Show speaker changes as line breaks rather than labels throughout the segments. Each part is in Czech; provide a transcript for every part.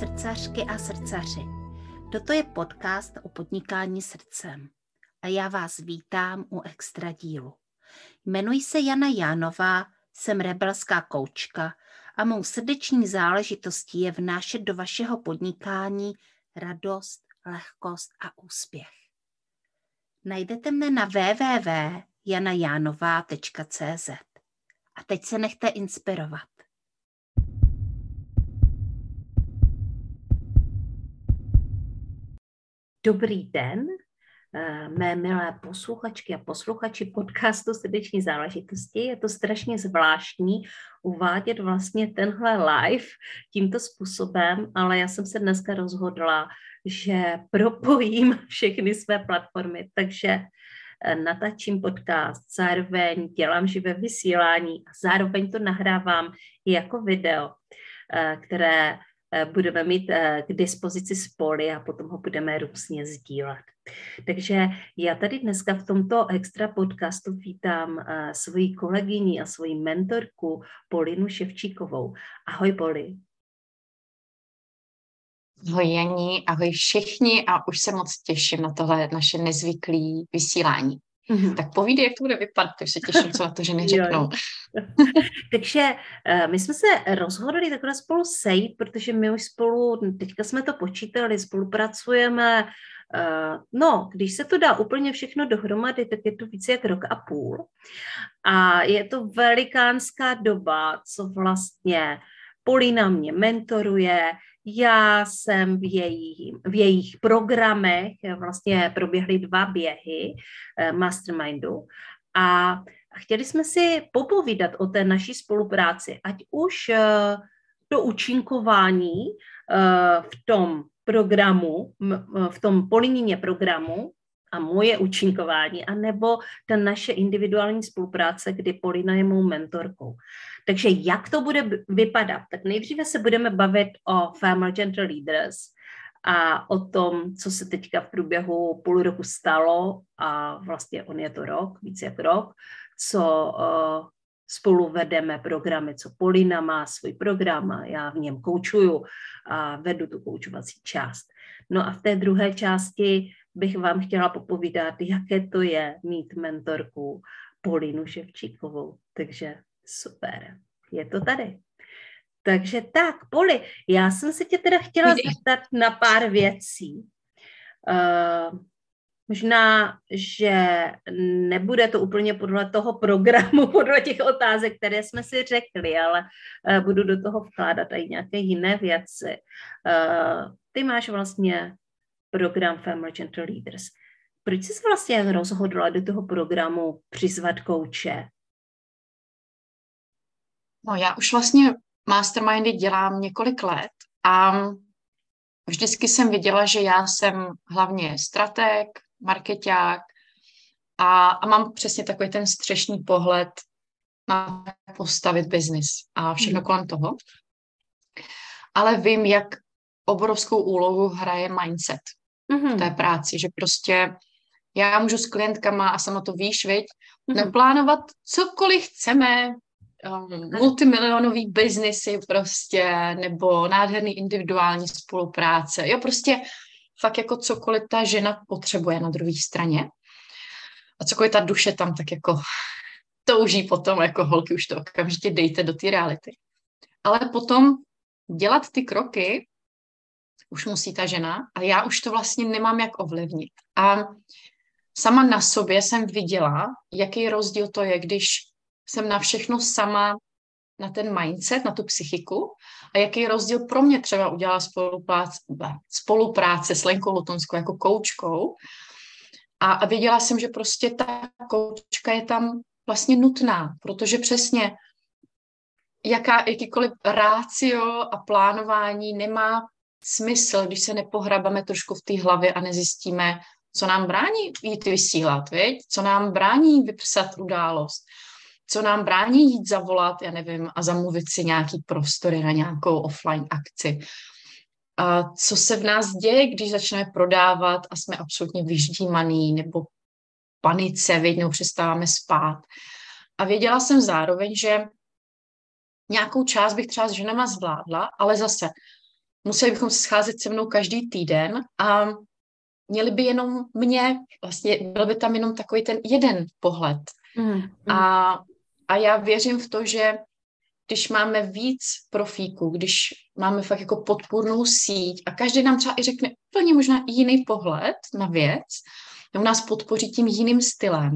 srdcařky a srdcaři. Toto je podcast o podnikání srdcem a já vás vítám u extra dílu. Jmenuji se Jana Jánová, jsem rebelská koučka a mou srdeční záležitostí je vnášet do vašeho podnikání radost, lehkost a úspěch. Najdete mne na www.janajanova.cz. A teď se nechte inspirovat. Dobrý den, mé milé posluchačky a posluchači podcastu Srdeční záležitosti. Je to strašně zvláštní uvádět vlastně tenhle live tímto způsobem, ale já jsem se dneska rozhodla, že propojím všechny své platformy, takže natáčím podcast, zároveň dělám živé vysílání a zároveň to nahrávám i jako video, které budeme mít k dispozici spoly a potom ho budeme různě sdílet. Takže já tady dneska v tomto extra podcastu vítám svoji kolegyni a svoji mentorku Polinu Ševčíkovou. Ahoj, Poli.
Ahoj Janí, ahoj všichni a už se moc těším na tohle naše nezvyklé vysílání. Tak povídej, jak to bude vypadat, tak se těším, co na to ženy řeknou.
Takže my jsme se rozhodli takhle spolu sejít, protože my už spolu, teďka jsme to počítali, spolupracujeme, když se to dá úplně všechno dohromady, tak je to více jak rok a půl. A je to velikánská doba, co vlastně Polina mě mentoruje, já jsem v jejich programech, vlastně proběhly 2 běhy mastermindu a chtěli jsme si popovídat o té naší spolupráci, ať už to účinkování v tom programu, v tom Polinině programu a moje účinkování, anebo ta naše individuální spolupráce, kdy Polina je mou mentorkou. Takže jak to bude vypadat? Tak nejdříve se budeme bavit o Family Gentle Leaders a o tom, co se teďka v průběhu půl roku stalo a vlastně on je to rok, více jak rok, co spolu vedeme programy, co Polina má svůj program a já v něm koučuju a vedu tu koučovací část. No a v té druhé části bych vám chtěla popovídat, jaké to je mít mentorku Polinu Ševčíkovou. Takže super, je to tady. Takže tak, Poli, já jsem se tě teda chtěla zeptat na pár věcí. Možná, že nebude to úplně podle toho programu, podle těch otázek, které jsme si řekli, ale budu do toho vkládat i nějaké jiné věci. Ty máš vlastně program Family Gentle Leaders. Proč jsi vlastně rozhodla do toho programu přizvat kouče?
No, já už vlastně mastermindy dělám několik let a vždycky jsem viděla, že já jsem hlavně stratég, markeťák a mám přesně takový ten střešní pohled na postavit biznis a všechno kolem toho. Ale vím, jak obrovskou úlohu hraje mindset v té práci, že prostě já můžu s klientkama, a sama to víš, viď, naplánovat cokoliv chceme, multimilionový biznisy prostě, nebo nádherný individuální spolupráce. Jo, prostě fakt jako cokoliv ta žena potřebuje na druhé straně. A cokoliv ta duše tam tak jako touží potom, jako holky, už to okamžitě dejte do té reality. Ale potom dělat ty kroky už musí ta žena a já už to vlastně nemám jak ovlivnit. A sama na sobě jsem viděla, jaký rozdíl to je, když jsem na všechno sama, na ten mindset, na tu psychiku a jaký rozdíl pro mě třeba udělala spolupráce s Lenkou Lutonskou jako koučkou a věděla jsem, že prostě ta koučka je tam vlastně nutná, protože přesně jakýkoliv rácio a plánování nemá smysl, když se nepohrabeme trošku v té hlavě a nezjistíme, co nám brání jít vysílat, viď? Co nám brání vypsat událost, co nám brání jít zavolat, já nevím, a zamluvit si nějaký prostory na nějakou offline akci. A co se v nás děje, když začneme prodávat a jsme absolutně vyždímaný nebo panice, většinou přestáváme spát. A věděla jsem zároveň, že nějakou část bych třeba s ženama zvládla, ale zase museli bychom se scházet se mnou každý týden a měli by jenom mě, vlastně byl by tam jenom takový ten jeden pohled. A já věřím v to, že když máme víc profíků, když máme fakt jako podpůrnou síť a každý nám třeba i řekne úplně možná jiný pohled na věc, nebo nás podpoří tím jiným stylem,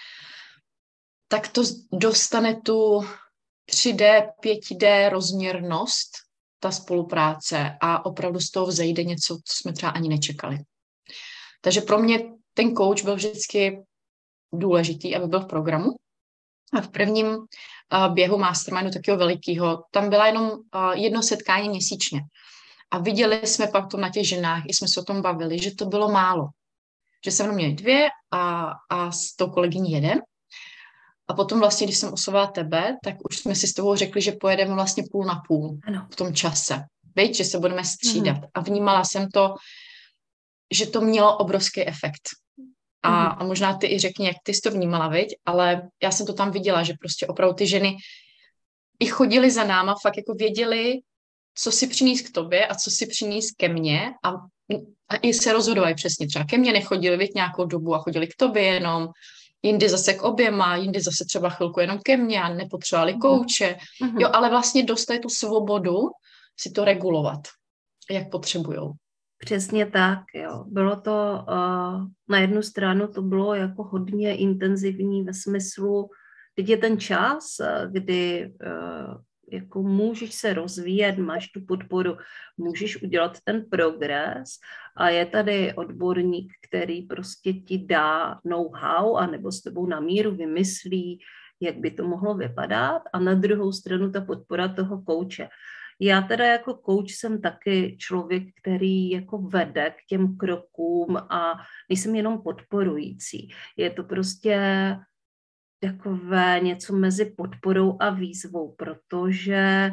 tak to dostane tu 3D, 5D rozměrnost, ta spolupráce a opravdu z toho vzejde něco, co jsme třeba ani nečekali. Takže pro mě ten coach byl vždycky důležitý, aby byl v programu. A v prvním běhu mastermindu takového velikého, tam byla jenom jedno setkání měsíčně. A viděli jsme pak to na těch ženách, i jsme se o tom bavili, že to bylo málo. Že se mnou měli 2 a s tou kolegyní 1. A potom vlastně, když jsem oslovila tebe, tak už jsme si s tebou řekli, že pojedeme vlastně půl na půl v tom čase. Víš, že se budeme střídat. A vnímala jsem to, že to mělo obrovský efekt. A možná ty i řekni, jak ty jsi to vnímala, viď? Ale já jsem to tam viděla, že prostě opravdu ty ženy i chodily za náma, fakt jako věděli, co si přinést k tobě a co si přinést ke mně a i se rozhodovali přesně. Třeba ke mně nechodili, viď, nějakou dobu a chodili k tobě jenom, jindy zase k oběma, jindy zase třeba chvilku jenom ke mně a nepotřebovali kouče. Jo, ale vlastně dostali tu svobodu si to regulovat, jak potřebujou.
Přesně tak, jo. Bylo to, na jednu stranu to bylo jako hodně intenzivní ve smyslu, teď je ten čas, kdy jako můžeš se rozvíjet, máš tu podporu, můžeš udělat ten progres a je tady odborník, který prostě ti dá know-how anebo s tebou na míru vymyslí, jak by to mohlo vypadat a na druhou stranu ta podpora toho kouče. Já teda jako coach jsem taky člověk, který jako vede k těm krokům a nejsem jenom podporující. Je to prostě takové něco mezi podporou a výzvou, protože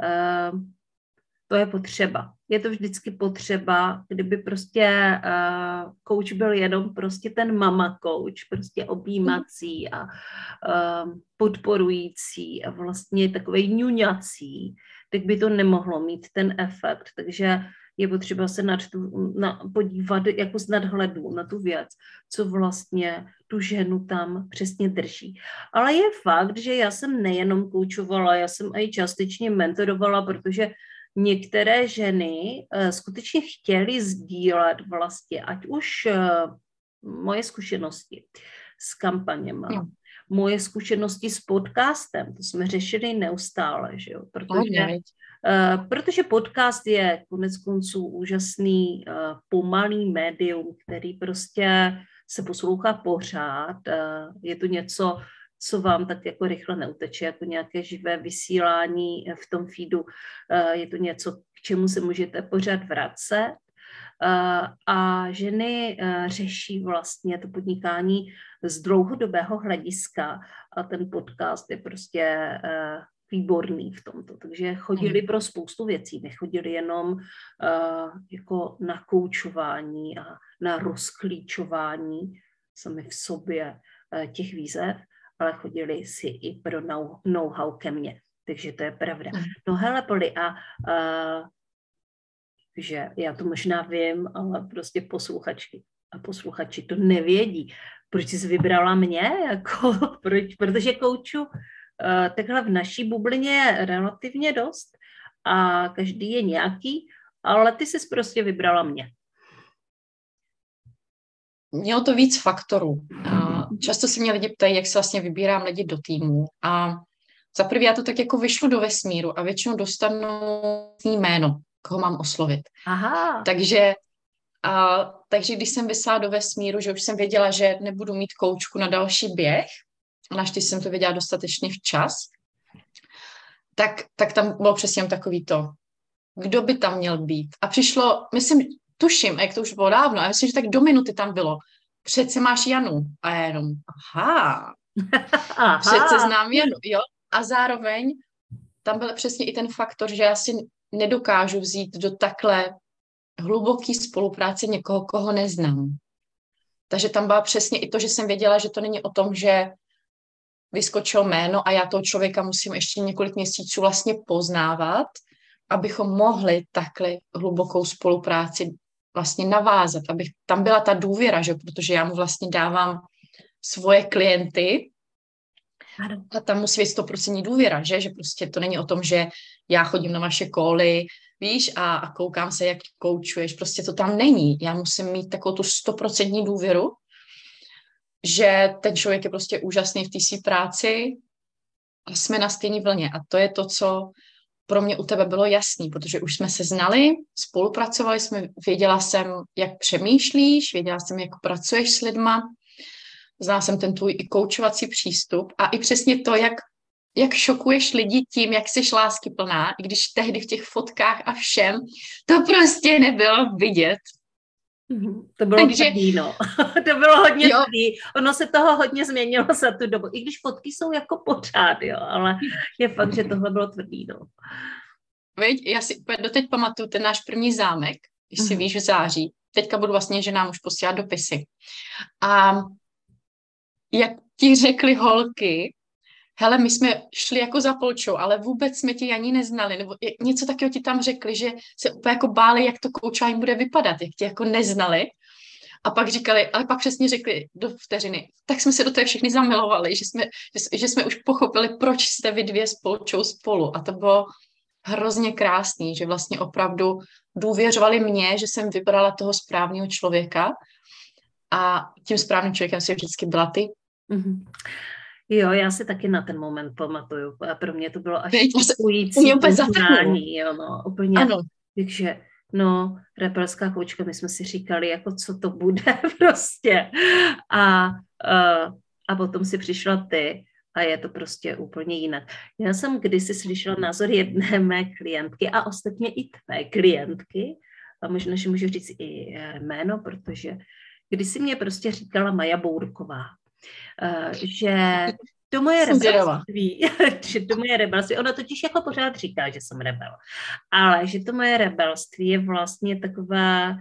to je potřeba. Je to vždycky potřeba, kdyby prostě coach byl jenom prostě ten mama coach, prostě objímací a podporující a vlastně takovej ňuňací, tak by to nemohlo mít ten efekt. Takže je potřeba se podívat jako z nadhledu na tu věc, co vlastně tu ženu tam přesně drží. Ale je fakt, že já jsem nejenom koučovala, já jsem i částečně mentorovala, protože některé ženy skutečně chtěly sdílet vlastně, ať už moje zkušenosti s kampaněma, moje zkušenosti s podcastem, to jsme řešili neustále, že jo? Protože podcast je konec konců úžasný, pomalý médium, který prostě se poslouchá pořád. Je to něco, co vám tak jako rychle neuteče, jako nějaké živé vysílání v tom feedu. Je to něco, k čemu se můžete pořád vracet. A ženy řeší vlastně to podnikání z dlouhodobého hlediska a ten podcast je prostě výborný v tomto. Takže chodili pro spoustu věcí, nechodili jenom jako na koučování a na rozklíčování sami v sobě těch výzev, ale chodili si i pro know-how ke mně. Takže to je pravda. No hele, Poli, že já to možná vím, ale prostě posluchačky a posluchači to nevědí. Proč jsi vybrala mě? Jako, proč? Protože koučů takhle v naší bublině je relativně dost a každý je nějaký, ale ty jsi prostě vybrala mě.
Mělo to víc faktorů. Často se mě lidi ptají, jak se vlastně vybírám lidi do týmu. A za prvé já to tak jako vyšlu do vesmíru a většinou dostanu jméno, koho mám oslovit.
Aha.
Takže když jsem vyslala do vesmíru, že už jsem věděla, že nebudu mít koučku na další běh, naštěstí jsem to věděla dostatečně včas, tak tam bylo přesně takový to, kdo by tam měl být. A přišlo, tuším, jak to už bylo dávno, a myslím, že tak do minuty tam bylo, přece máš Janu. A já jenom, aha. Přece znám Janu, jo. A zároveň tam byl přesně i ten faktor, že já si nedokážu vzít do takhle hluboký spolupráce někoho, koho neznám. Takže tam byla přesně i to, že jsem věděla, že to není o tom, že vyskočilo jméno a já toho člověka musím ještě několik měsíců vlastně poznávat, abychom mohli takhle hlubokou spolupráci vlastně navázat, aby tam byla ta důvěra, že? Protože já mu vlastně dávám svoje klienty a tam musí být 100% důvěra, že prostě to není o tom, že já chodím na vaše koly, víš, a koukám se, jak koučuješ, prostě to tam není. Já musím mít takovou tu 100% důvěru, že ten člověk je prostě úžasný v té své práci a jsme na stejné vlně. A to je to, co pro mě u tebe bylo jasný, protože už jsme se znali, spolupracovali jsme, věděla jsem, jak přemýšlíš, věděla jsem, jak pracuješ s lidma, znala jsem ten tvůj i koučovací přístup a i přesně to, jak šokuješ lidi tím, jak jsi láskyplná, i když tehdy v těch fotkách a všem, to prostě nebylo vidět.
To bylo tvrdý, no. To bylo hodně tvrdý. Ono se toho hodně změnilo za tu dobu. I když fotky jsou jako pořád, jo, ale je fakt, že tohle bylo tvrdý, no.
Víš, já si doteď pamatuju ten náš první zámek, když si víš, v září. Teďka budu vlastně, že nám už posílat dopisy. A jak ti řekli holky, hele, my jsme šli jako za Polčou, ale vůbec jsme tě ani neznali, nebo něco takového ti tam řekli, že se úplně jako báli, jak to koučování bude vypadat, jak tě jako neznali. A pak říkali, ale pak přesně řekli do vteřiny, tak jsme se do toho všichni zamilovali, že jsme už pochopili, proč jste vy dvě s Polčou spolu. A to bylo hrozně krásný, že vlastně opravdu důvěřovali mně, že jsem vybrala toho správného člověka a tím správným člověkem si vždycky byla ty.
Mm-hmm. Jo, já si taky na ten moment pamatuju. A pro mě to bylo až
šokující
poznání, jo, no, úplně.
Ano.
Takže, no, rebelská koučka, my jsme si říkali, jako co to bude prostě. A potom si přišla ty a je to prostě úplně jinak. Já jsem kdysi slyšela názor jedné mé klientky a ostatně i tvé klientky, a možná, že můžu říct i jméno, protože kdysi mě prostě říkala Maja Bourková, že to moje rebelství, ona totiž jako pořád říká, že jsem rebel, ale že to moje rebelství je vlastně taková,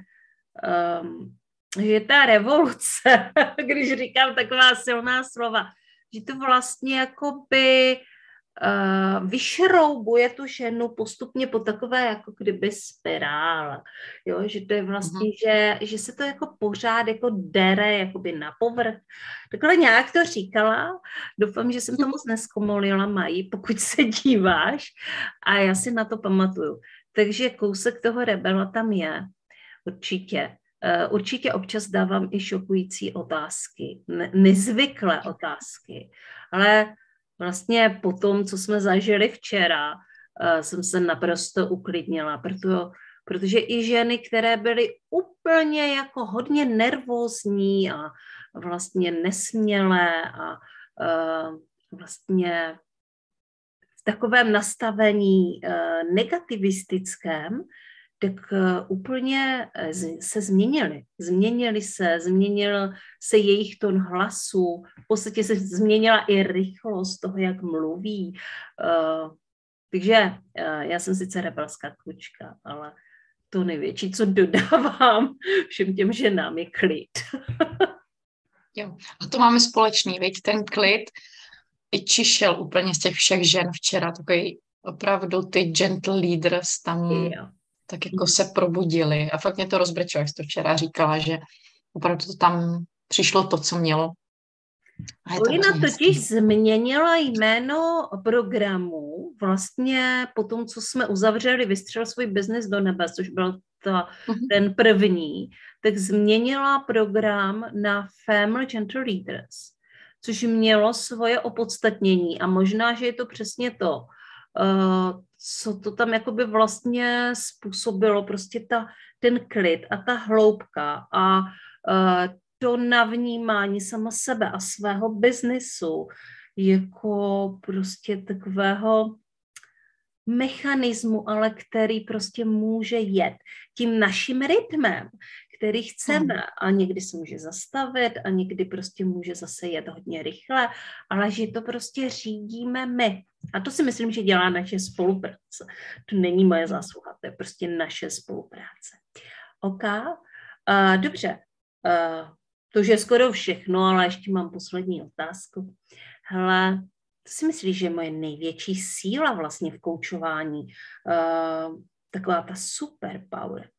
že ta revoluce, když říkám taková silná slova, že to vlastně jakoby vyšroubuje tu ženu postupně po takové jako kdyby spirále, jo, že to je vlastně, že se to jako pořád jako dere jakoby na povrch. Takhle nějak to říkala, doufám, že jsem to moc neskomolila, Mají, pokud se díváš a já si na to pamatuju. Takže kousek toho rebela tam je, určitě. Určitě občas dávám i šokující otázky, nezvyklé otázky, ale vlastně po tom, co jsme zažili včera, jsem se naprosto uklidnila, protože i ženy, které byly úplně jako hodně nervózní a vlastně nesmělé a vlastně v takovém nastavení negativistickém, tak úplně se změnili. Změnil se jejich tón hlasu, v podstatě se změnila i rychlost toho, jak mluví. Takže já jsem sice rebelská koučka, ale to největší, co dodávám všem těm ženám, je klid.
Jo, a to máme společný, veď ten klid i čišel úplně z těch všech žen včera, takový opravdu ty gentle leaders tam tak jako se probudili a fakt mě to rozbrečelo, jak jsi to včera říkala, že opravdu to tam přišlo to, co mělo.
Polina totiž změnila jméno programu vlastně po tom, co jsme uzavřeli, vystřelil svůj biznis do nebe, což byl ten první, tak změnila program na Family Gentle Leaders, což mělo svoje opodstatnění a možná, že je to přesně to, co to tam jakoby vlastně způsobilo, prostě ten klid a ta hloubka a to navnímání sama sebe a svého biznisu jako prostě takového mechanismu, ale který prostě může jet tím naším rytmem, který chceme a někdy se může zastavit a někdy prostě může zase jet hodně rychle, ale že to prostě řídíme my. A to si myslím, že dělá naše spolupráce. To není moje zásluha, to je prostě naše spolupráce. OK? Dobře. To už je skoro všechno, ale ještě mám poslední otázku. Hele, To si myslíš, že je moje největší síla vlastně v koučování? Taková ta superpower.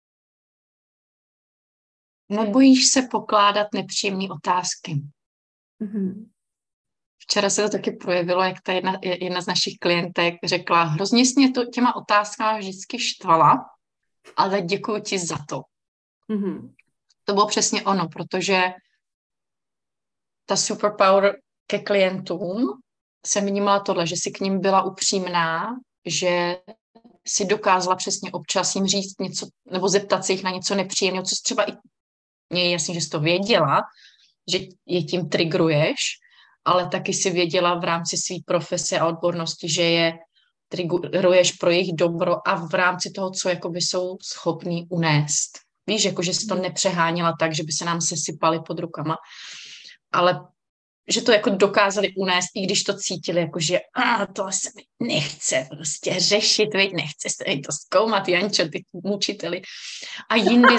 Nebojíš se pokládat nepříjemné otázky.
Mm-hmm.
Včera se to taky projevilo, jak ta jedna z našich klientek řekla, hrozně jsi mě to těma otázkama vždycky štvala, ale děkuji ti za to.
Mm-hmm.
To bylo přesně ono, protože ta superpower ke klientům jsem vnímala tohle, že si k ním byla upřímná, že si dokázala přesně občas jim říct něco, nebo zeptat se jich na něco nepříjemného, co třeba i mně je jasný, že jsi to věděla, že je tím triggeruješ, ale taky si věděla v rámci své profese a odbornosti, že je triggeruješ pro jejich dobro a v rámci toho, co jakoby jsou schopní unést. Víš, jako že jsi to nepřeháněla tak, že by se nám sesypaly pod rukama, ale že to jako dokázali unést, i když to cítili, jako že to se mi nechce prostě řešit, veď nechce se to zkoumat, Jančo, ty mučiteli. A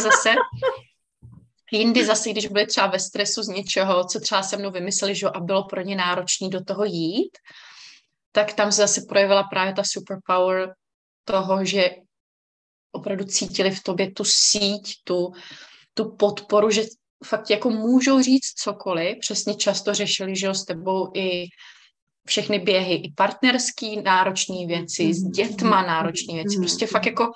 jindy zase, když byli třeba ve stresu z něčeho, co třeba se mnou vymysleli, že a bylo pro ně náročné do toho jít, tak tam se zase projevila právě ta superpower toho, že opravdu cítili v tobě tu síť, tu podporu, že fakt jako můžou říct cokoliv, přesně často řešili, že s tebou i všechny běhy, i partnerský náročné věci, s dětma náročné věci, prostě fakt jako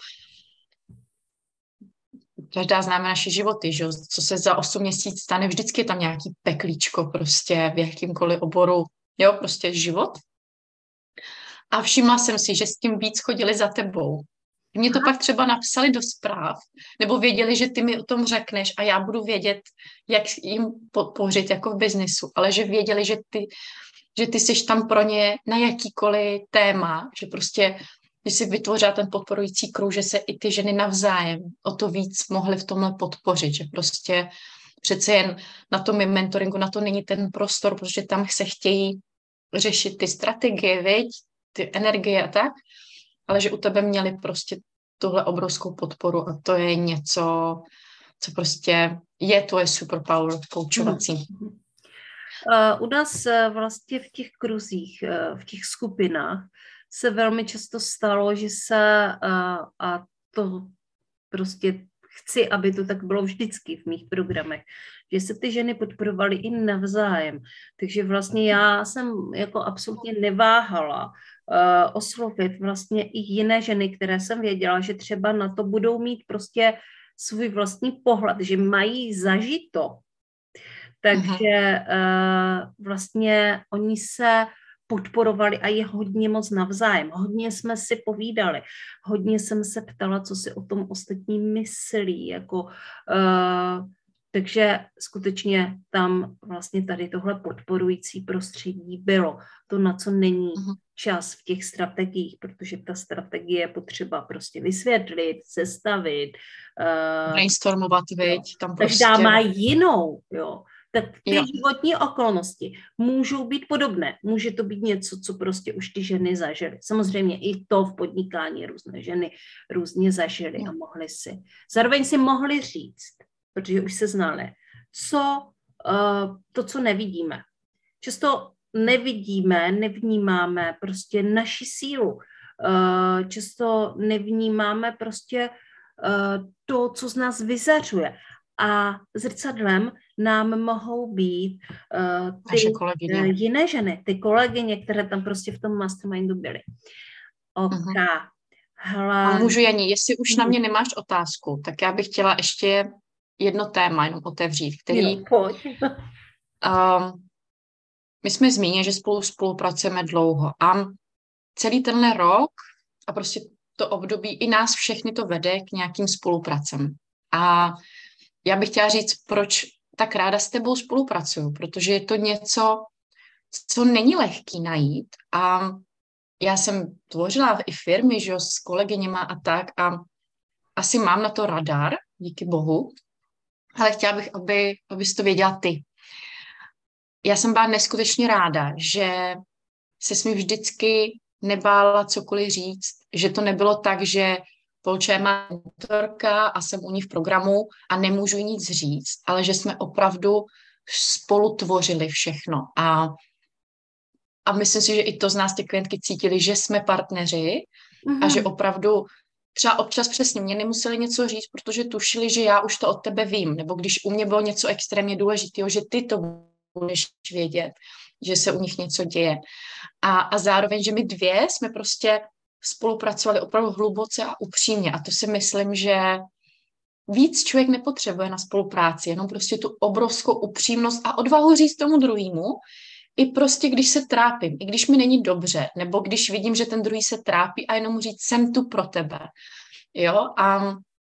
každá známe naše životy, že co se za 8 měsíců stane, vždycky je tam nějaký peklíčko prostě v jakýmkoliv oboru, jo, prostě život. A všimla jsem si, že s tím víc chodili za tebou. Mě to pak třeba napsali do zpráv, nebo věděli, že ty mi o tom řekneš a já budu vědět, jak jim podpořit jako v biznisu, ale že věděli, že ty jsi tam pro ně na jakýkoliv téma, že prostě, když si vytvořila ten podporující kruh, že se i ty ženy navzájem o to víc mohly v tomhle podpořit, že prostě přece jen na tom mentoringu, na to není ten prostor, protože tam se chtějí řešit ty strategie, viď, ty energie a tak, ale že u tebe měli prostě tuhle obrovskou podporu a to je něco, co prostě je tvoje superpower koučovací.
U nás vlastně v těch kruzích, v těch skupinách se velmi často stalo, že se, a to prostě chci, aby to tak bylo vždycky v mých programech, že se ty ženy podporovaly i navzájem. Takže vlastně já jsem jako absolutně neváhala oslovit vlastně i jiné ženy, které jsem věděla, že třeba na to budou mít prostě svůj vlastní pohled, že mají zažito. Takže vlastně oni se podporovali a je hodně moc navzájem. Hodně jsme si povídali, hodně jsem se ptala, co si o tom ostatní myslí. Jako, takže skutečně tam vlastně tady tohle podporující prostředí bylo. To, na co není čas v těch strategiích, protože ta strategie je potřeba prostě vysvětlit, sestavit.
Brainstormovat, viď? Tam prostě...
Každá má jinou, jo. Tak ty životní okolnosti můžou být podobné. Může to být něco, co prostě už ty ženy zažily. Samozřejmě i to v podnikání různé ženy různě zažily a mohly si. Zároveň si mohly říct, protože už se znali, co nevidíme. Často nevidíme, nevnímáme prostě naši sílu. Často nevnímáme prostě to, co z nás vyzařuje. A zrcadlem nám mohou být ty jiné ženy, ty kolegyně, které tam prostě v tom mastermindu byly.
A můžu, Janí, jestli už na mě nemáš otázku, tak já bych chtěla ještě jedno téma jenom otevřít, který... my jsme zmínili, že spolupracujeme dlouho a celý tenhle rok a prostě to období i nás všechny to vede k nějakým spolupracem. A já bych chtěla říct, proč tak ráda s tebou spolupracuju, protože je to něco, co není lehký najít a já jsem tvořila i firmy, že jo, s kolegyněma a tak a asi mám na to radar, díky bohu, ale chtěla bych, abys to věděla ty. Já jsem byla neskutečně ráda, že ses mi vždycky nebála cokoliv říct, že to nebylo tak, že Polča je má mentorka a jsem u ní v programu a nemůžu nic říct, ale že jsme opravdu spolu tvořili všechno. A a myslím si, že i to z nás ty klientky cítili, že jsme partneři a že opravdu třeba občas přesně mě nemuseli něco říct, protože tušili, že já už to od tebe vím, nebo když u mě bylo něco extrémně důležitého, že ty to budeš vědět, že se u nich něco děje. A zároveň, že my dvě jsme prostě spolupracovali opravdu hluboce a upřímně. A to si myslím, že víc člověk nepotřebuje na spolupráci, jenom prostě tu obrovskou upřímnost a odvahu říct tomu druhému, i prostě když se trápím, i když mi není dobře, nebo když vidím, že ten druhý se trápí a jenom mu říct, jsem tu pro tebe. Jo, a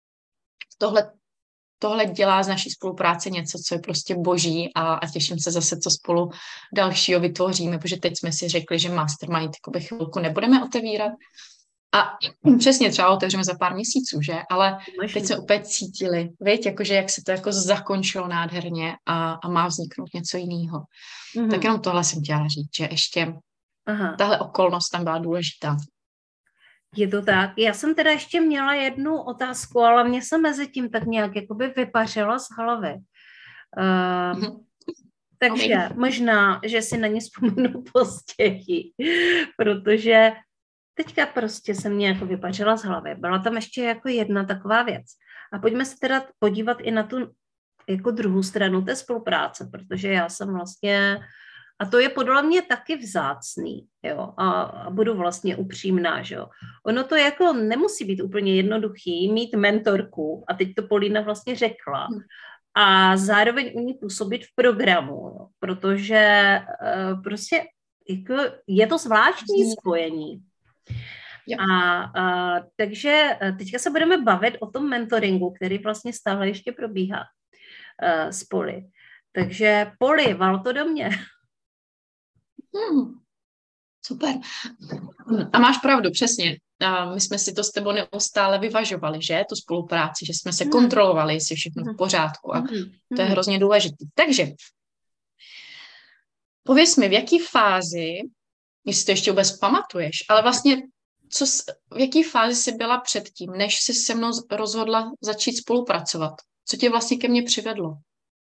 tohle dělá z naší spolupráce něco, co je prostě boží a těším se zase, co spolu dalšího vytvoříme, protože teď jsme si řekli, že Mastermind jakoby chvilku nebudeme otevírat a přesně třeba otevřeme za pár měsíců, že? Ale teď jsme úplně cítili, víš, jakože jak se to jako zakončilo nádherně a má vzniknout něco jiného. Tak jenom tohle jsem chtěla říct, že ještě tahle okolnost tam byla důležitá.
Je to tak. Já jsem teda ještě měla jednu otázku, ale mě se mezi tím tak nějak jakoby vypařila z hlavy. Takže možná, že si na ně vzpomenu později, protože teďka prostě se mě jako vypařila z hlavy. Byla tam ještě jako jedna taková věc. A pojďme se teda podívat i na tu jako druhou stranu té spolupráce, protože já jsem vlastně, a to je podle mě taky vzácný, jo, a budu vlastně upřímná, že jo. Ono to jako nemusí být úplně jednoduchý, mít mentorku, a teď to Polína vlastně řekla, a zároveň u ní působit v programu, jo, protože prostě jako je to zvláštní spojení. Takže teďka se budeme bavit o tom mentoringu, který vlastně stále ještě probíhá s Poli. Takže Poli, val to do mě.
Super. A máš pravdu, přesně. My jsme si to s tebou neustále vyvažovali, že? Tu spolupráci, že jsme se kontrolovali, jestli všechno v pořádku. A to je hrozně důležité. Takže pověz mi, v jaký fázi, jestli to ještě vůbec pamatuješ, ale vlastně v jaký fázi jsi byla předtím, než jsi se mnou rozhodla začít spolupracovat? Co tě vlastně ke mně přivedlo?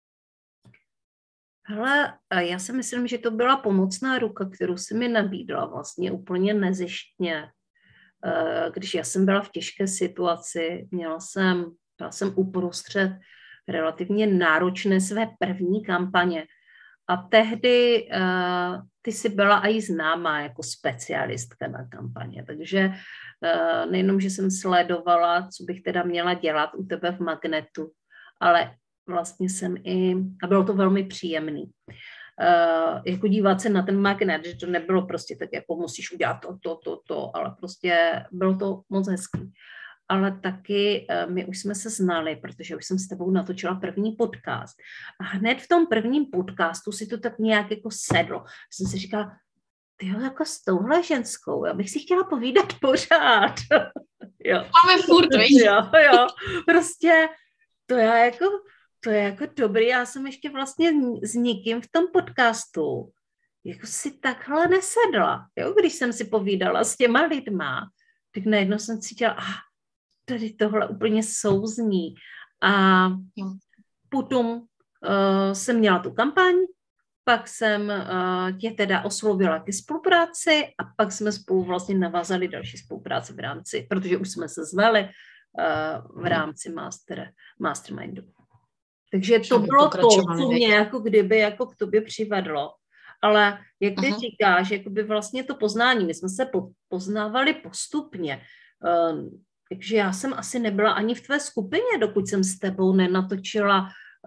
Hele, já si myslím, že to byla pomocná ruka, kterou jsi mi nabídla vlastně úplně nezištně. Když já jsem byla v těžké situaci, byla jsem uprostřed relativně náročné své první kampaně. A tehdy ty jsi byla i známá jako specialistka na kampaně, takže nejenom, že jsem sledovala, co bych teda měla dělat u tebe v Magnetu, ale vlastně jsem a bylo to velmi příjemný. Jako dívat se na ten magnet, že to nebylo prostě tak, jako musíš udělat to, ale prostě bylo to moc hezký. Ale taky my už jsme se znali, protože už jsem s tebou natočila první podcast. A hned v tom prvním podcastu si to tak nějak jako sedlo. Jsem si říkala, tyjo, jako s touhle ženskou, já bych si chtěla povídat pořád. Jo.
Máme furt, víš?
Jo, prostě to je jako dobrý. Já jsem ještě vlastně s nikým v tom podcastu jako si takhle nesedla. Jo? Když jsem si povídala s těma lidma, tak najednou jsem cítila, tady tohle úplně souzní. A potom jsem měla tu kampaň, pak jsem tě teda oslovila ke spolupráci a pak jsme spolu vlastně navázali další spolupráci v rámci, protože už jsme se znali v rámci Mastermindu. Takže to bylo to, co mě jako kdyby jako k tobě přivedlo. Ale jak ty říkáš, jakoby vlastně to poznání, my jsme se poznávali postupně. Takže já jsem asi nebyla ani v tvé skupině, dokud jsem s tebou nenatočila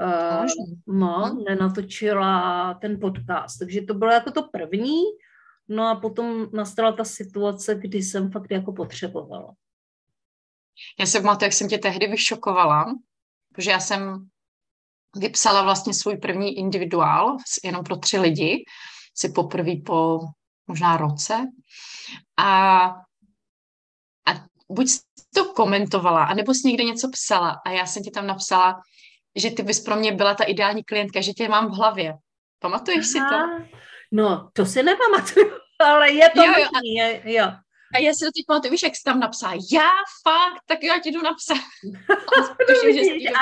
ten podcast. Takže to bylo jako to první, no a potom nastala ta situace, kdy jsem fakt jako potřebovala.
Já se pamatuju, jak jsem tě tehdy vyšokovala, protože já jsem vypsala vlastně svůj první individuál jenom pro 3 lidi, si poprvé po možná roce. A buď jsi to komentovala, anebo jsi někde něco psala a já jsem ti tam napsala, že ty bys pro mě byla ta ideální klientka, že tě mám v hlavě. Pamatuješ si to?
No, to si nepamatuju, ale je to možný, jo.
A já si to teď pamatuju, víš, jak jsi tam napsala, já fakt, tak já ti jdu napsat.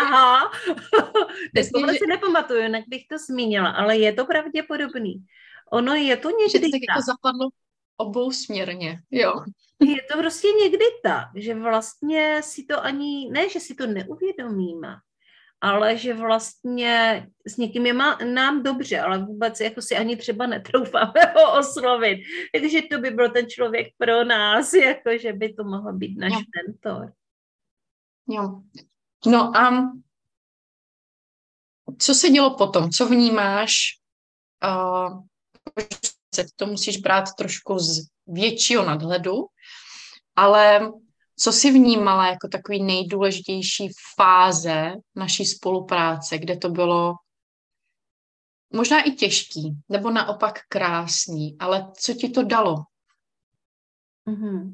Tohle si nepamatuju, jinak bych to zmínila, ale je to pravděpodobný. Ono je to
Že
někdy
to tak jako zapadlo obousměrně, jo.
Je to prostě někdy tak, že vlastně si to ani, ne, že si to neuvědomíme, ale že vlastně s někým je nám dobře, ale vůbec jako si ani třeba netroufáme ho oslovit. Takže to by byl ten člověk pro nás, jako že by to mohl být náš mentor.
Jo. No a co se dělo potom? Co vnímáš? To musíš brát trošku z většího nadhledu, ale co jsi vnímala jako takový nejdůležitější fáze naší spolupráce, kde to bylo možná i těžký, nebo naopak krásný, ale co ti to dalo?
Mm-hmm.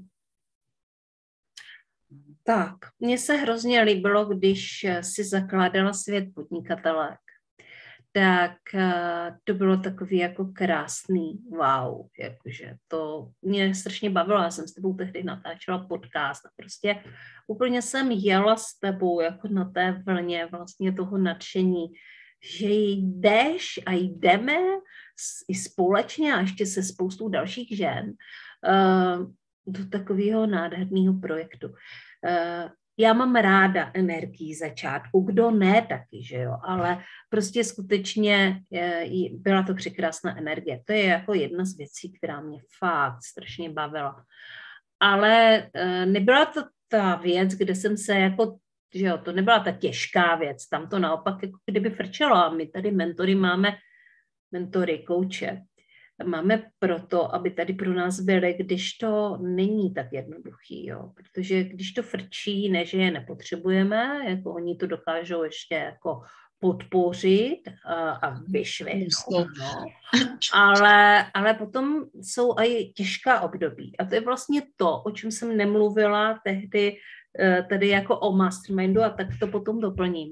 Tak, mně se hrozně líbilo, když si zakládala Svět podnikatelek, tak to bylo takový jako krásný wow, jakože to mě strašně bavilo, já jsem s tebou tehdy natáčela podcast a prostě úplně jsem jela s tebou jako na té vlně vlastně toho nadšení, že jdeš a jdeme i společně a ještě se spoustou dalších žen do takového nádherného projektu. Já mám ráda energii začátku, kdo ne taky, že jo, ale prostě skutečně byla to překrásná energie. To je jako jedna z věcí, která mě fakt strašně bavila. Ale nebyla to ta věc, kde jsem se jako, že jo, to nebyla ta těžká věc, tam to naopak jako kdyby frčelo a my tady mentory, kouče, máme proto, aby tady pro nás byly, když to není tak jednoduchý, jo. Protože když to frčí, ne, že je nepotřebujeme, jako oni to dokážou ještě jako podpořit a vyšvihnout, no. Ale potom jsou i těžká období. A to je vlastně to, o čem jsem nemluvila tehdy tady jako o mastermindu a tak to potom doplním.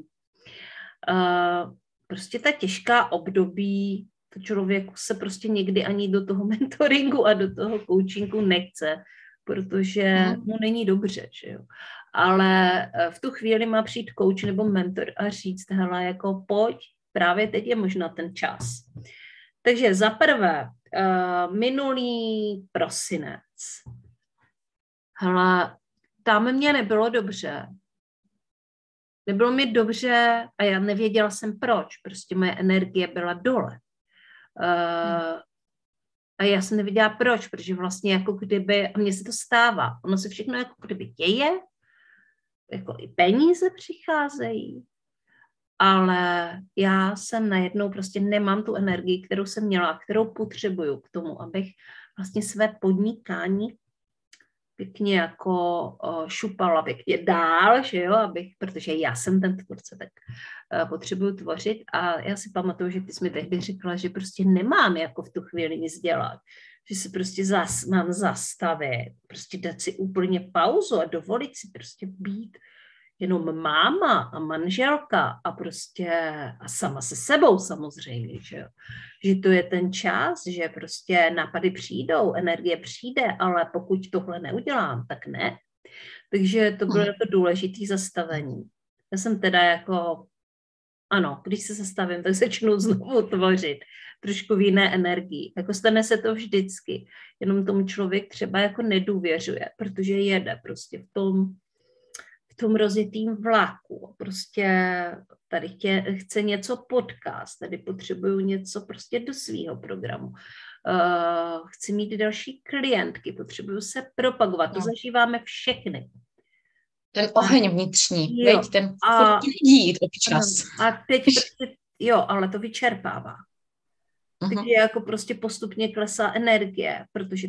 Prostě ta těžká období člověku se prostě někdy ani do toho mentoringu a do toho coachingu nechce, protože mu není dobře, že jo. Ale v tu chvíli má přijít coach nebo mentor a říct, hele, jako pojď, právě teď je možná ten čas. Takže za prvé, minulý prosinec, hele, tam mě nebylo dobře. Nebylo mi dobře a já nevěděla jsem proč, prostě moje energie byla dole. A já jsem nevěděla proč, protože vlastně jako kdyby, a mně se to stává, ono se všechno jako kdyby děje, jako i peníze přicházejí, ale já jsem najednou prostě nemám tu energii, kterou jsem měla, kterou potřebuju k tomu, abych vlastně své podnikání pěkně jako šupala pěkně dál, že jo, protože já jsem ten tvůrce, tak potřebuju tvořit a já si pamatuju, že ty jsi mi tehdy řekla, že prostě nemám jako v tu chvíli nic dělat, že si prostě mám zastavit, prostě dát si úplně pauzu a dovolit si prostě být jenom máma a manželka a prostě a sama se sebou samozřejmě, že to je ten čas, že prostě nápady přijdou, energie přijde, ale pokud tohle neudělám, tak ne. Takže to bylo to důležité zastavení. Já jsem teda jako, ano, když se zastavím, tak začnu znovu tvořit trošku v jiné energii. Jako stane se to vždycky, jenom tomu člověk třeba jako nedůvěřuje, protože jede prostě v tom rozjetým vlaku. Prostě tady chce něco podcast, tady potřebuju něco prostě do svého programu. Chci mít další klientky, potřebuju se propagovat. To zažíváme všechny.
Ten oheň vnitřní, veď, ten lidí občas.
A teď prostě, jo, ale to vyčerpává. Takže jako prostě postupně klesá energie, protože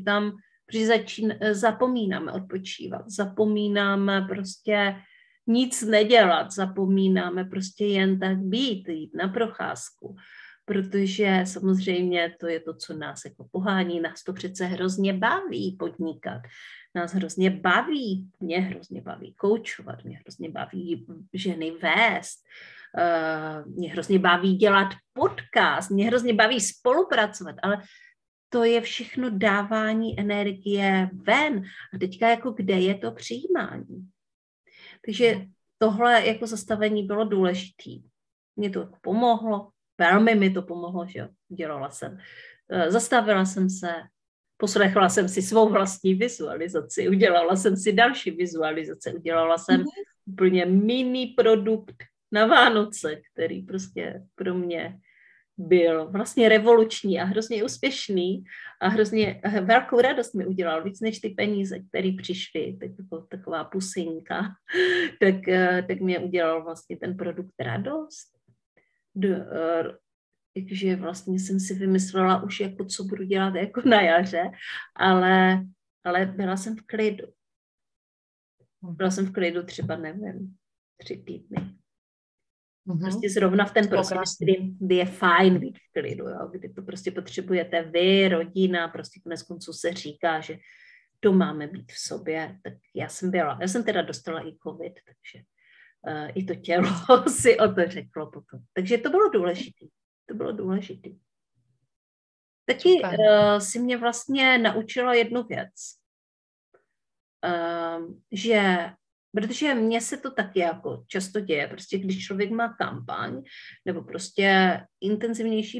zapomínáme odpočívat, zapomínáme prostě nic nedělat, zapomínáme prostě jen tak být, jít na procházku, protože samozřejmě to je to, co nás jako pohání, nás to přece hrozně baví podnikat, nás hrozně baví, mě hrozně baví koučovat, mě hrozně baví ženy vést, mě hrozně baví dělat podcast, mě hrozně baví spolupracovat, ale to je všechno dávání energie ven. A teďka jako kde je to přijímání? Takže tohle jako zastavení bylo důležitý. Mně to pomohlo, velmi mi to pomohlo, že jo, dělala jsem Zastavila jsem se, poslechla jsem si svou vlastní vizualizaci, udělala jsem si další vizualizace, udělala jsem úplně mini produkt na Vánoce, který prostě pro mě byl vlastně revoluční a hrozně úspěšný a hrozně velkou radost mi udělal, víc než ty peníze, které přišly, taková pusinka, tak mě udělal vlastně ten produkt radost. Takže vlastně jsem si vymyslela už, jako co budu dělat jako na jaře, ale byla jsem v klidu. Byla jsem v klidu třeba, nevím, 3 týdny. Prostě zrovna v ten prostor, kdy je fajn být v klidu, jo? Kdy to prostě potřebujete vy, rodina, prostě konec konců se říká, že to máme být v sobě, tak já jsem teda dostala i covid, takže i to tělo si o to řeklo potom. Takže to bylo důležité. Taky si mě vlastně naučila jednu věc, že protože mně se to taky jako často děje, prostě když člověk má kampaň nebo prostě intenzivnější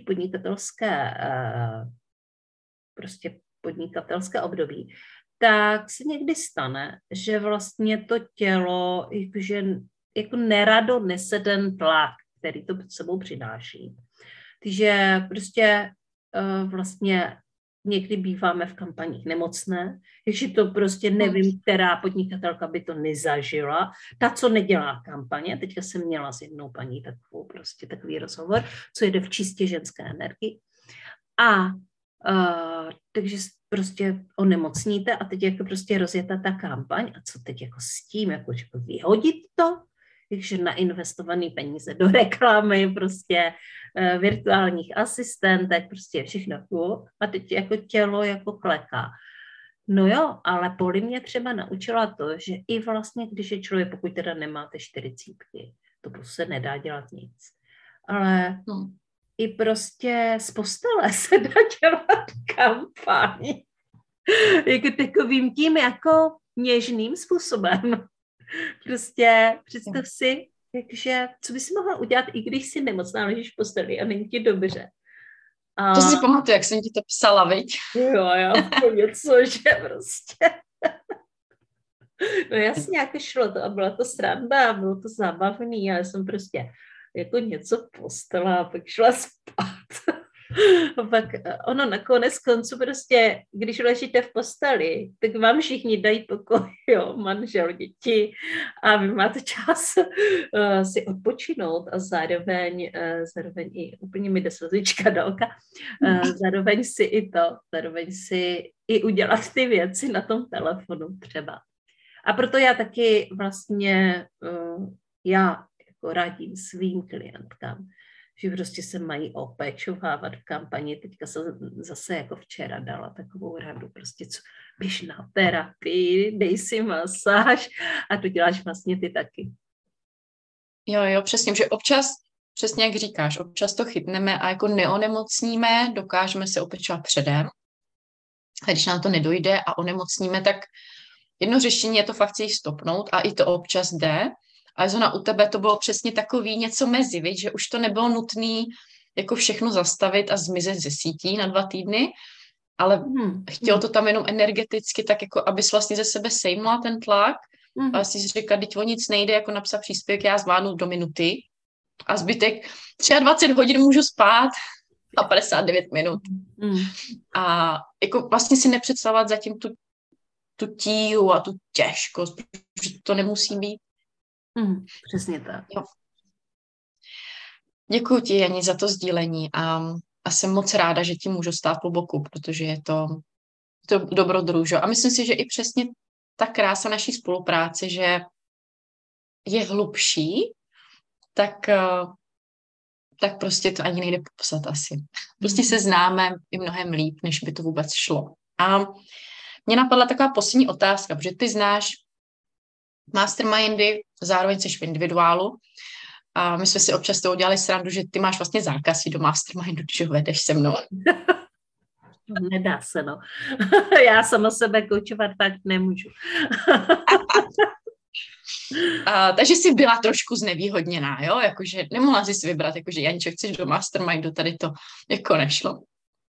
podnikatelské období, tak se někdy stane, že vlastně to tělo jako nerado nese ten tlak, který to před sebou přináší. Takže prostě vlastně někdy býváme v kampaních nemocné, takže to prostě nevím, která podnikatelka by to nezažila. Ta, co nedělá kampaně, teďka jsem měla s jednou paní takový rozhovor, co jede v čistě ženské energii. Takže prostě onemocníte a teď jako prostě rozjetá ta kampaň a co teď jako s tím, jako vyhodit to? Takže nainvestované peníze do reklamy, prostě virtuálních asistentek, prostě všechno. A teď jako tělo jako kleká. No jo, ale Poli mě třeba naučila to, že i vlastně, když je člověk, pokud teda nemáte 40, to prostě nedá dělat nic. Ale i prostě z postele se dá dělat kampaň. Jako takovým tím jako něžným způsobem. Prostě představ si, takže, co bys mohla udělat, i když jsi nemocná, ležíš v posteli a není ti dobře.
To si pamatuju, jak jsem ti to psala, viď?
Jo, něco, že prostě. No jasně, jako šlo to a byla to sranda, bylo to zábavný, ale jsem prostě jako něco postala a pak šla spát. A pak ono nakonec konců prostě, když ležíte v posteli, tak vám všichni dají pokoj, jo, manžel, děti a vy máte čas si odpočinout a zároveň i úplně mi jde slzička do oka, zároveň si i udělat ty věci na tom telefonu třeba. A proto já taky vlastně, já jako radím svým klientkám, že prostě se mají opečovávat v kampani. Teďka jsem zase jako včera dala takovou radu, prostě běž na terapii, dej si masáž a to děláš vlastně ty taky.
Jo, přesně, že občas, přesně jak říkáš, občas to chytneme a jako neonemocníme, dokážeme se opečovat předem. A když nám to nedojde a onemocníme, tak jedno řešení je to fakt si jich stopnout a i to občas jde. Ale zrovna u tebe to bylo přesně takový něco mezi, viď? Že už to nebylo nutné jako všechno zastavit a zmizet ze sítí na 2 týdny, ale chtělo to tam jenom energeticky, tak jako abys vlastně ze sebe sejmula ten tlak, ale si řekla, teď o nic nejde, jako napsat příspěvek, já zvládnu do minuty a zbytek 23 hodin můžu spát a 59 minut. A jako vlastně si nepředstavovat zatím tu tíhu a tu těžkost, protože to nemusí být.
Přesně tak.
Jo. Děkuji ti, Jani, za to sdílení a jsem moc ráda, že ti můžu stát po boku, protože je to dobrodružo. A myslím si, že i přesně ta krása naší spolupráce, že je hlubší, tak prostě to ani nejde popsat asi. Prostě se známe i mnohem líp, než by to vůbec šlo. A mě napadla taková poslední otázka, protože ty znáš mastermindy, zároveň jsi v individuálu. A my jsme si občas to udělali srandu, že ty máš vlastně zákaz do mastermindu, když ho vedeš se mnou.
Nedá se, no. Já sama sebe koučovat fakt nemůžu.
Takže jsi byla trošku znevýhodněná, jo? Jakože nemohla jsi si vybrat, jakože Janičo, chceš do mastermindu, tady to jako nešlo.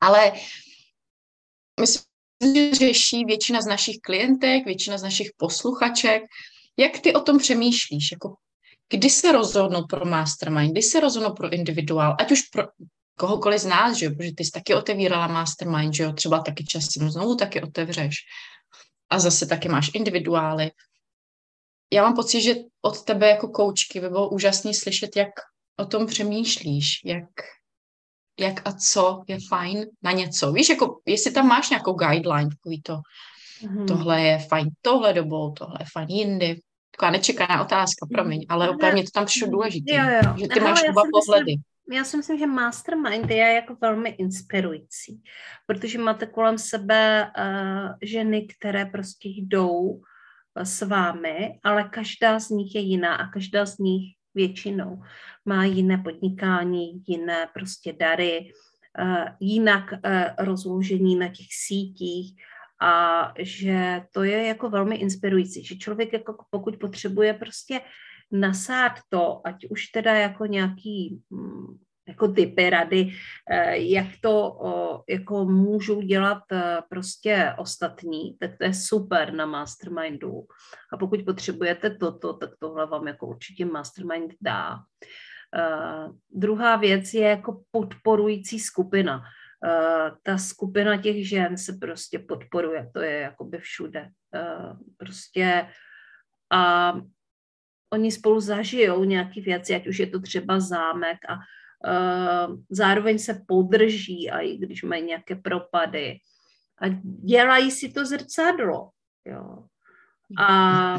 Ale myslím, že řeší většina z našich klientek, většina z našich posluchaček. Jak ty o tom přemýšlíš? Jako, kdy se rozhodnout pro mastermind, kdy se rozhodnout pro individuál, ať už pro kohokoliv z nás, že jo? Protože ty jsi taky otevírala mastermind, že jo? Třeba taky časem znovu taky otevřeš. A zase taky máš individuály. Já mám pocit, že od tebe jako koučky by bylo úžasný slyšet, jak o tom přemýšlíš, jak a co je fajn na něco. Víš, jako jestli tam máš nějakou guideline, takový to, tohle je fajn tohle dobou, tohle je fajn jindy. Taková nečekaná otázka, promiň, ale úplně mě to tam přišlo důležitý,
jo.
že ty máš oba pohledy.
Já si myslím, že mastermind je jako velmi inspirující, protože máte kolem sebe ženy, které prostě jdou s vámi, ale každá z nich je jiná a každá z nich většinou má jiné podnikání, jiné prostě dary, jinak rozložení na těch sítích a že to je jako velmi inspirující, že člověk jako pokud potřebuje prostě nasát to, ať už teda jako nějaký jako typy rady, jak to jako můžou dělat prostě ostatní, tak to je super na mastermindu. A pokud potřebujete toto, tak tohle vám jako určitě mastermind dá. Druhá věc je jako podporující skupina. Ta skupina těch žen se prostě podporuje, to je jakoby všude. Prostě a oni spolu zažijou nějaké věci, ať už je to třeba zámek a zároveň se podrží, a i když mají nějaké propady a dělají si to zrcadlo. Jo. A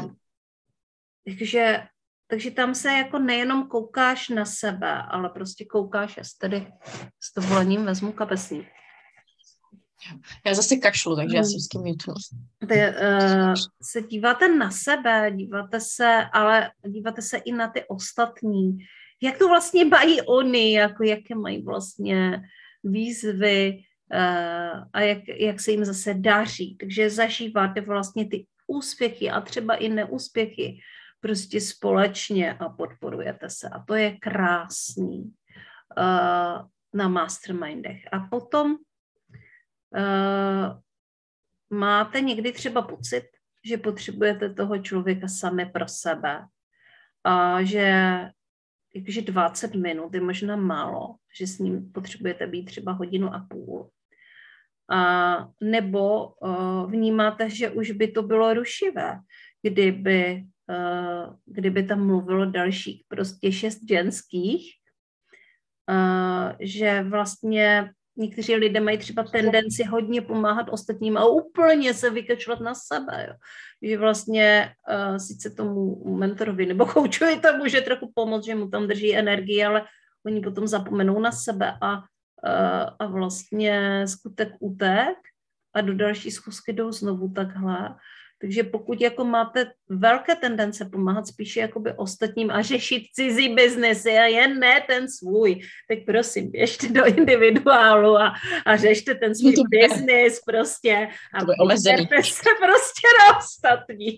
takže tam se jako nejenom koukáš na sebe, ale prostě koukáš, já tady s dovolením vezmu kapesník.
Já zase kašlu, takže já si vždycky mutnu.
Se díváte na sebe, díváte se i na ty ostatní. Jak to vlastně mají oni, jako jaké mají vlastně výzvy a jak se jim zase daří. Takže zažíváte vlastně ty úspěchy a třeba i neúspěchy prostě společně a podporujete se. A to je krásný na mastermindech. A potom máte někdy třeba pocit, že potřebujete toho člověka sami pro sebe a že 20 minut je možná málo, že s ním potřebujete být třeba 1,5 hodiny. Nebo vnímáte, že už by to bylo rušivé, kdyby tam mluvilo dalších prostě 6 ženských, že vlastně někteří lidé mají třeba tendenci hodně pomáhat ostatním a úplně se vykačovat na sebe. Jo. Že vlastně sice tomu mentorovi nebo koučovi to může trochu pomoct, že mu tam drží energii, ale oni potom zapomenou na sebe a vlastně skutek utek a do další schůzky jdou znovu takhle. Takže pokud jako máte velké tendence pomáhat spíše jakoby ostatním a řešit cizí biznesy a jen ne ten svůj, tak prosím, běžte do individuálu a řešte ten svůj biznis prostě a vyzerte se prostě na ostatní.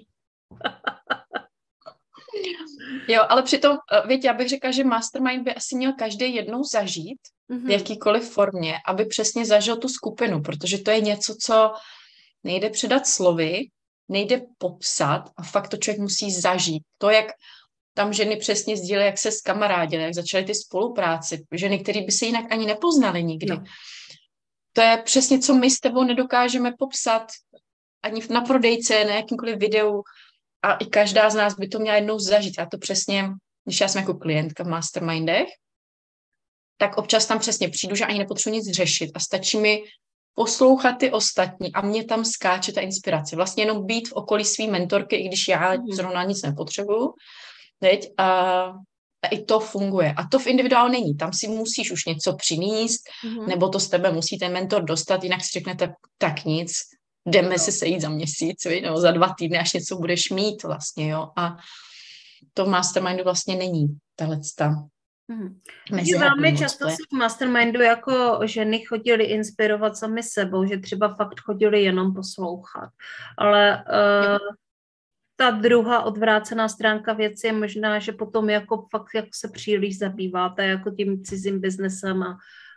Jo, ale přitom, já bych řekla, že mastermind by asi měl každý jednou zažít v jakýkoliv formě, aby přesně zažil tu skupinu, protože to je něco, co nejde předat slovy, nejde popsat a fakt to člověk musí zažít. To, jak tam ženy přesně sdílely, jak se skamarádily, jak začaly ty spolupráci, ženy, které by se jinak ani nepoznaly nikdy. No. To je přesně, co my s tebou nedokážeme popsat ani na prodejce, na jakýmkoliv videu a i každá z nás by to měla jednou zažít. A to přesně, když já jsem jako klientka v mastermindech, tak občas tam přesně přijdu, že ani nepotřebuji nic řešit a stačí mi poslouchat ty ostatní a mě tam skáče ta inspirace. Vlastně jenom být v okolí svý mentorky, i když já zrovna nic nepotřebuju. A i to funguje. A to v individuálu není. Tam si musíš už něco přinést, nebo to z tebe musí ten mentor dostat, jinak si řeknete, tak nic, jdeme se sejít za měsíc, nebo za 2 týdny, až něco budeš mít vlastně, jo. A to v mastermindu vlastně není tahleta.
Takže velmi často si v mastermindu jako ženy chodily inspirovat sami sebou, že třeba fakt chodily jenom poslouchat. Ale ta druhá odvrácená stránka věci je možná, že potom jako fakt jako se příliš zabýváte jako tím cizím biznesem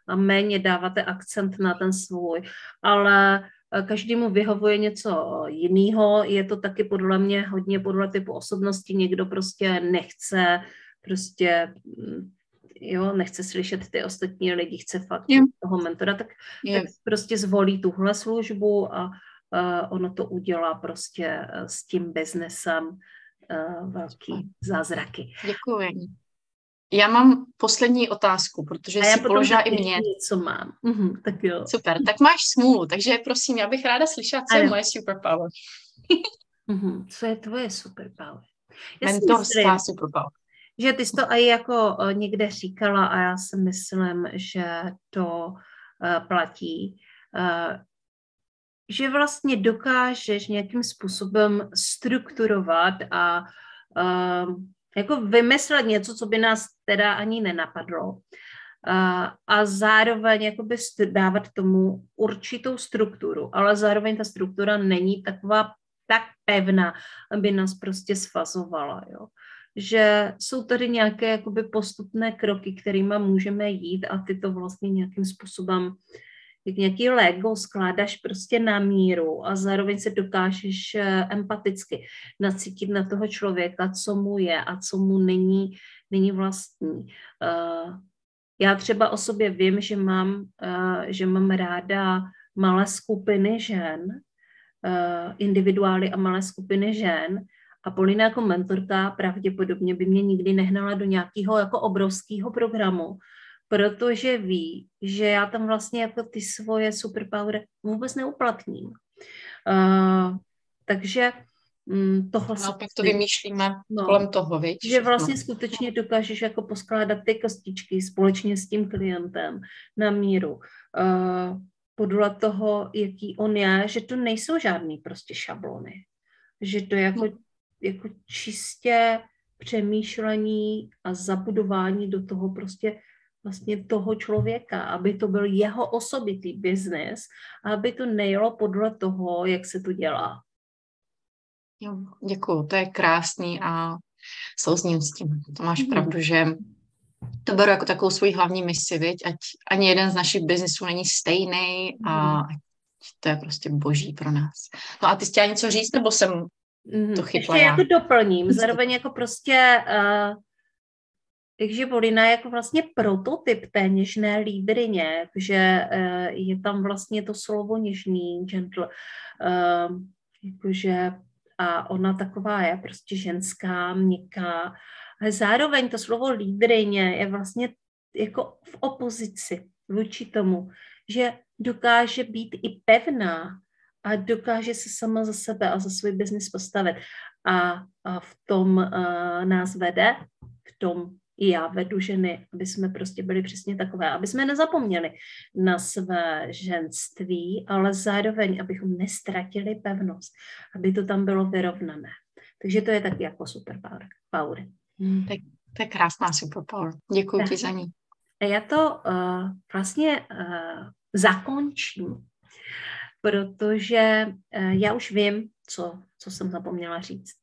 a méně dáváte akcent na ten svůj, ale každému vyhovuje něco jiného, je to taky podle mě hodně podle typu osobnosti, někdo prostě nechce, prostě jo, nechce slyšet ty ostatní lidi, chce fakt toho mentora, tak prostě zvolí tuhle službu a ono to udělá prostě s tím biznesem velký zázraky.
Děkuji. Já mám poslední otázku, protože si položila i mě.
Co mám. Tak jo.
Super, tak máš smůlu, takže prosím, já bych ráda slyšela, co je moje superpower.
Co je tvoje superpower?
Mentorská superpower.
Že ty jsi to i jako někde říkala a já si myslím, že to platí. Že vlastně dokážeš nějakým způsobem strukturovat a jako vymyslet něco, co by nás teda ani nenapadlo. A zároveň jakoby dávat tomu určitou strukturu, ale zároveň ta struktura není taková tak pevná, aby nás prostě svazovala, jo. Že jsou tady nějaké jakoby postupné kroky, kterými můžeme jít a ty to vlastně nějakým způsobem jak nějaký Lego skládáš prostě na míru a zároveň se dokážeš empaticky nacítit na toho člověka, co mu je a co mu není vlastní. Já třeba o sobě vím, že mám ráda malé skupiny žen, individuály a malé skupiny žen a Polina jako mentorka pravděpodobně by mě nikdy nehnala do nějakého jako obrovského programu, protože ví, že já tam vlastně jako ty svoje superpower vůbec neuplatním. Takže tohle
no, pak to vymýšlíme kolem toho, viď?
Že vlastně skutečně dokážeš jako poskládat ty kostičky společně s tím klientem na míru. Podle toho, jaký on je, že to nejsou žádný prostě šablony. Že to je jako čistě přemýšlení a zabudování do toho prostě vlastně toho člověka, aby to byl jeho osobitý biznis a aby to nejelo podle toho, jak se to dělá.
Jo, děkuju, to je krásný a souzním s tím. To máš pravdu, že to beru jako takovou svoji hlavní misi, viď? Ať ani jeden z našich biznisů není stejný a to je prostě boží pro nás. No a ty jsi chtěla něco říct, nebo jsem to chytla
ještě
já?
Jako doplním, zároveň jako prostě takže Polina je jako vlastně prototyp té něžné lídryně, že je tam vlastně to slovo něžný, gentle, jakože a ona taková je prostě ženská, měkká, ale zároveň to slovo lídryně je vlastně jako v opozici vůči tomu, že dokáže být i pevná a dokáže se sama za sebe a za svůj biznis postavit. A v tom nás vede, v tom i já vedu ženy, aby jsme prostě byli přesně takové, aby jsme nezapomněli na své ženství, ale zároveň, abychom nestratili pevnost, aby to tam bylo vyrovnané. Takže to je taky jako superpower.
To je krásná superpower. Děkuji ti za ní.
A já to vlastně zakončím, protože já už vím, co jsem zapomněla říct.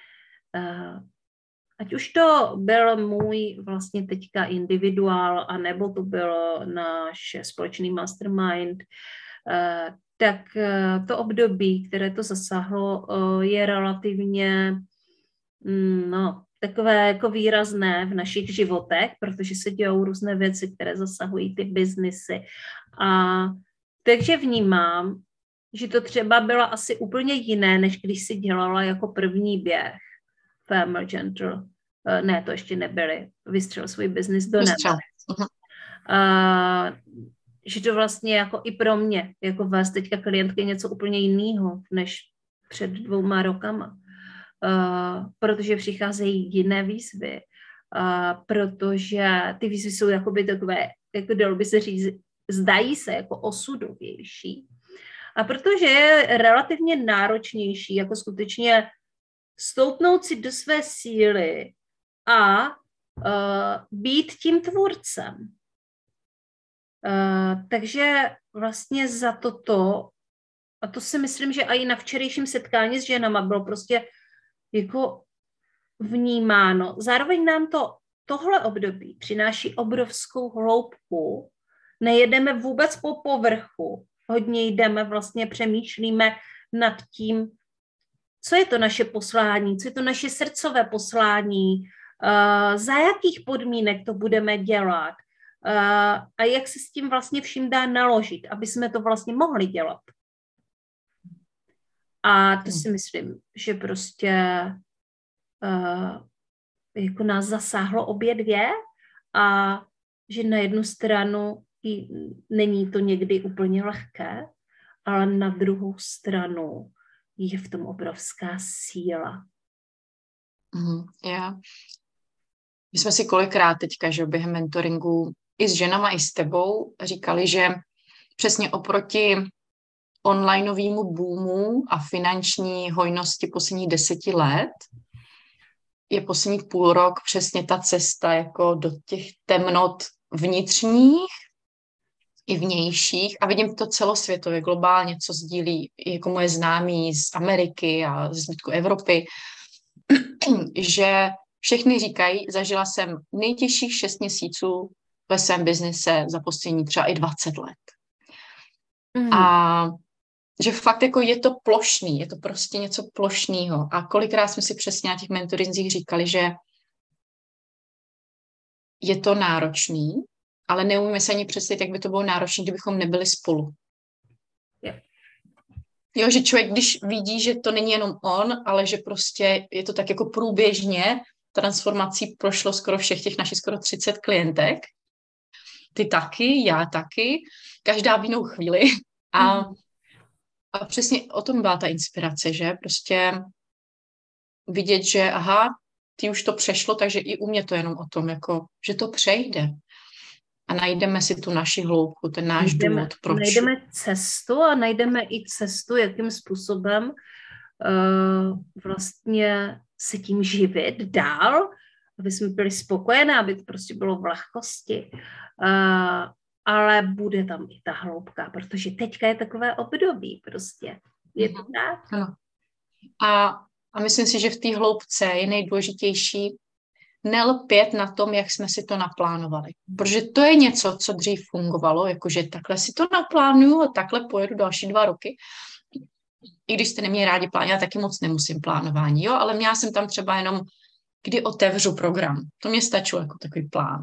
Ať už to byl můj vlastně teďka individuál, anebo to byl náš společný mastermind, tak to období, které to zasáhlo, je relativně takové jako výrazné v našich životech, protože se dějou různé věci, které zasahují ty biznisy. A takže vnímám, že to třeba bylo asi úplně jiné, než když si dělala jako první běh Family Gentle. Ne, to ještě nebyly. Vystřel svůj biznis do nebe. Že to vlastně jako i pro mě, jako vás teďka klientky, něco úplně jiného, než před 2 rokama. Protože přicházejí jiné výzvy. Protože ty výzvy jsou jakoby takové, jako dalo by se říct, zdají se jako osudovější. A protože je relativně náročnější, jako skutečně stoupnout si do své síly a být tím tvůrcem. Takže vlastně za toto, a to si myslím, že i na včerejším setkání s ženama bylo prostě jako vnímáno. Zároveň nám tohle období přináší obrovskou hloubku Nejedeme vůbec po povrchu. Hodně jdeme, vlastně přemýšlíme nad tím, co je to naše poslání, co je to naše srdcové poslání, za jakých podmínek to budeme dělat a jak se s tím vlastně vším dá naložit, aby jsme to vlastně mohli dělat. A to si myslím, že prostě jako nás zasáhlo obě dvě a že na jednu stranu není to někdy úplně lehké, ale na druhou stranu je v tom obrovská síla.
Já. My jsme si kolikrát teďka, že během mentoringu i s ženama, i s tebou říkali, že přesně oproti onlineovému boomu a finanční hojnosti posledních 10 let je posledních půl rok přesně ta cesta jako do těch temnot vnitřních i vnějších a vidím to celosvětově, globálně, co sdílí jako moje známí z Ameriky a z zbytku Evropy, že všechny říkají, zažila jsem nejtěžších 6 měsíců ve svém biznise za poslední třeba i 20 let. A že fakt jako je to plošný, je to prostě něco plošného. A kolikrát jsme si přesně na těch mentorinzích říkali, že je to náročný, ale neumíme se ani představit, jak by to bylo náročné, kdybychom nebyli spolu. Jo, že člověk, když vidí, že to není jenom on, ale že prostě je to tak jako průběžně transformací prošlo skoro všech těch našich skoro 30 klientek. Ty taky, já taky, každá v jinou chvíli. A přesně o tom byla ta inspirace, že prostě vidět, že aha, ty už to přešlo, takže i u mě to jenom o tom, jako, že to přejde. A najdeme si tu naši hloubku, ten náš důvod, proč.
Najdeme cestu a najdeme i cestu, jakým způsobem vlastně se tím živit dál, aby jsme byli spokojené, aby to prostě bylo v lehkosti. Ale bude tam i ta hloubka, protože teďka je takové období prostě. Je to tak?
Ano. A myslím si, že v té hloubce je nejdůležitější nelpět na tom, jak jsme si to naplánovali. Protože to je něco, co dřív fungovalo, jakože takhle si to naplánuju a takhle pojedu další 2 roky. I když jste neměli rádi plán, já taky moc nemusím plánování, jo, ale měla jsem tam třeba jenom, kdy otevřu program. To mě stačilo jako takový plán.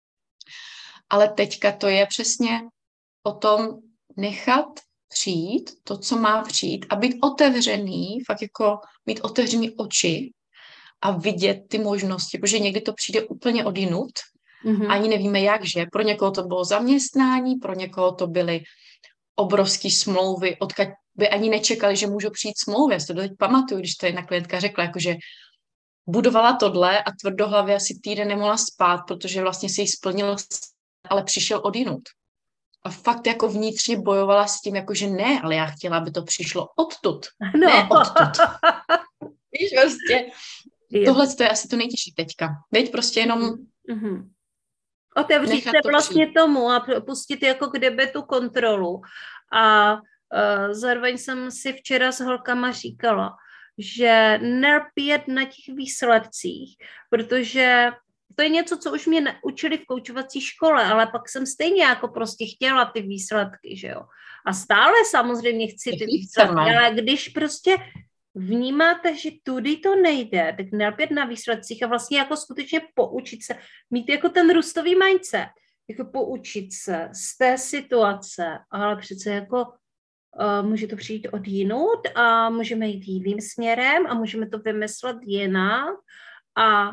Ale teďka to je přesně o tom nechat přijít to, co má přijít a být otevřený, fakt jako mít otevřený oči a vidět ty možnosti, protože někdy to přijde úplně odjinud, ani nevíme jakže. Pro někoho to bylo zaměstnání, pro někoho to byly obrovské smlouvy, odkud by ani nečekali, že můžou přijít smlouvy. Já si to teď pamatuju, když to jedna klientka řekla, jakože budovala tohle a tvrdohlavě asi týden nemohla spát, protože vlastně se jí splnil, ale přišel odjinud. A fakt jako vnitřně bojovala s tím, jakože ne, ale já chtěla, aby to přišlo odtud. No. Ne odtud. Víš, prostě. Tohle je asi to nejtěžší teďka. Veď prostě jenom
otevřít se vlastně tomu a pustit jako kdyby tu kontrolu. A zároveň jsem si včera s holkama říkala, že nerpět na těch výsledcích, protože to je něco, co už mě učili v koučovací škole, ale pak jsem stejně jako prostě chtěla ty výsledky, že jo. A stále samozřejmě chci ty výsledky, ale když prostě vnímáte, že tudy to nejde, tak nelpět na výsledcích a vlastně jako skutečně poučit se, mít jako ten růstový mindset, jako poučit se z té situace, ale přece jako může to přijít odjinud a můžeme jít jiným směrem a můžeme to vymyslet jinak a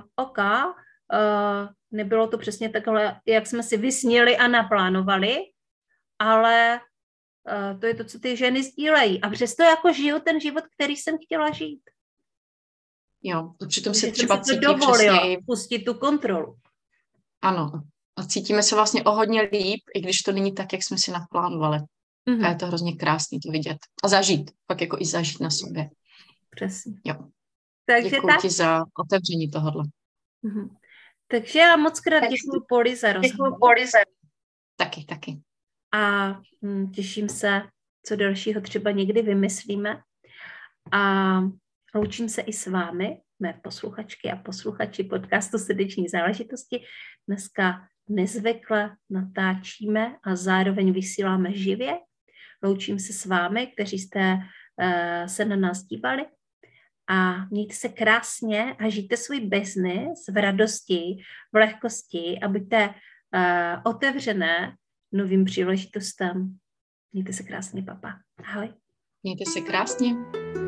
nebylo to přesně takhle, jak jsme si vysnili a naplánovali, ale to je to, co ty ženy sdílejí. A přesto jako žiju ten život, který jsem chtěla žít.
Jo, přitom se třeba
cítí přesně pustit tu kontrolu.
Ano. A cítíme se vlastně o hodně líp, i když to není tak, jak jsme si naplánovali. A je to hrozně krásný to vidět. A zažít. Pak jako i zažít na sobě.
Přesně.
Jo.
Takže
děkuji ti za otevření tohohle.
Takže já moc krát děkuji Poli za rozhovor.
Taky.
A těším se, co dalšího třeba někdy vymyslíme. A loučím se i s vámi, mé posluchačky a posluchači podcastu Srdeční záležitosti. Dneska nezvykle natáčíme a zároveň vysíláme živě. Loučím se s vámi, kteří jste se na nás dívali. A mějte se krásně a žijte svůj biznis v radosti, v lehkosti a buďte otevřené novým příležitostem. Mějte se krásně, papa. Ahoj.
Mějte se krásně.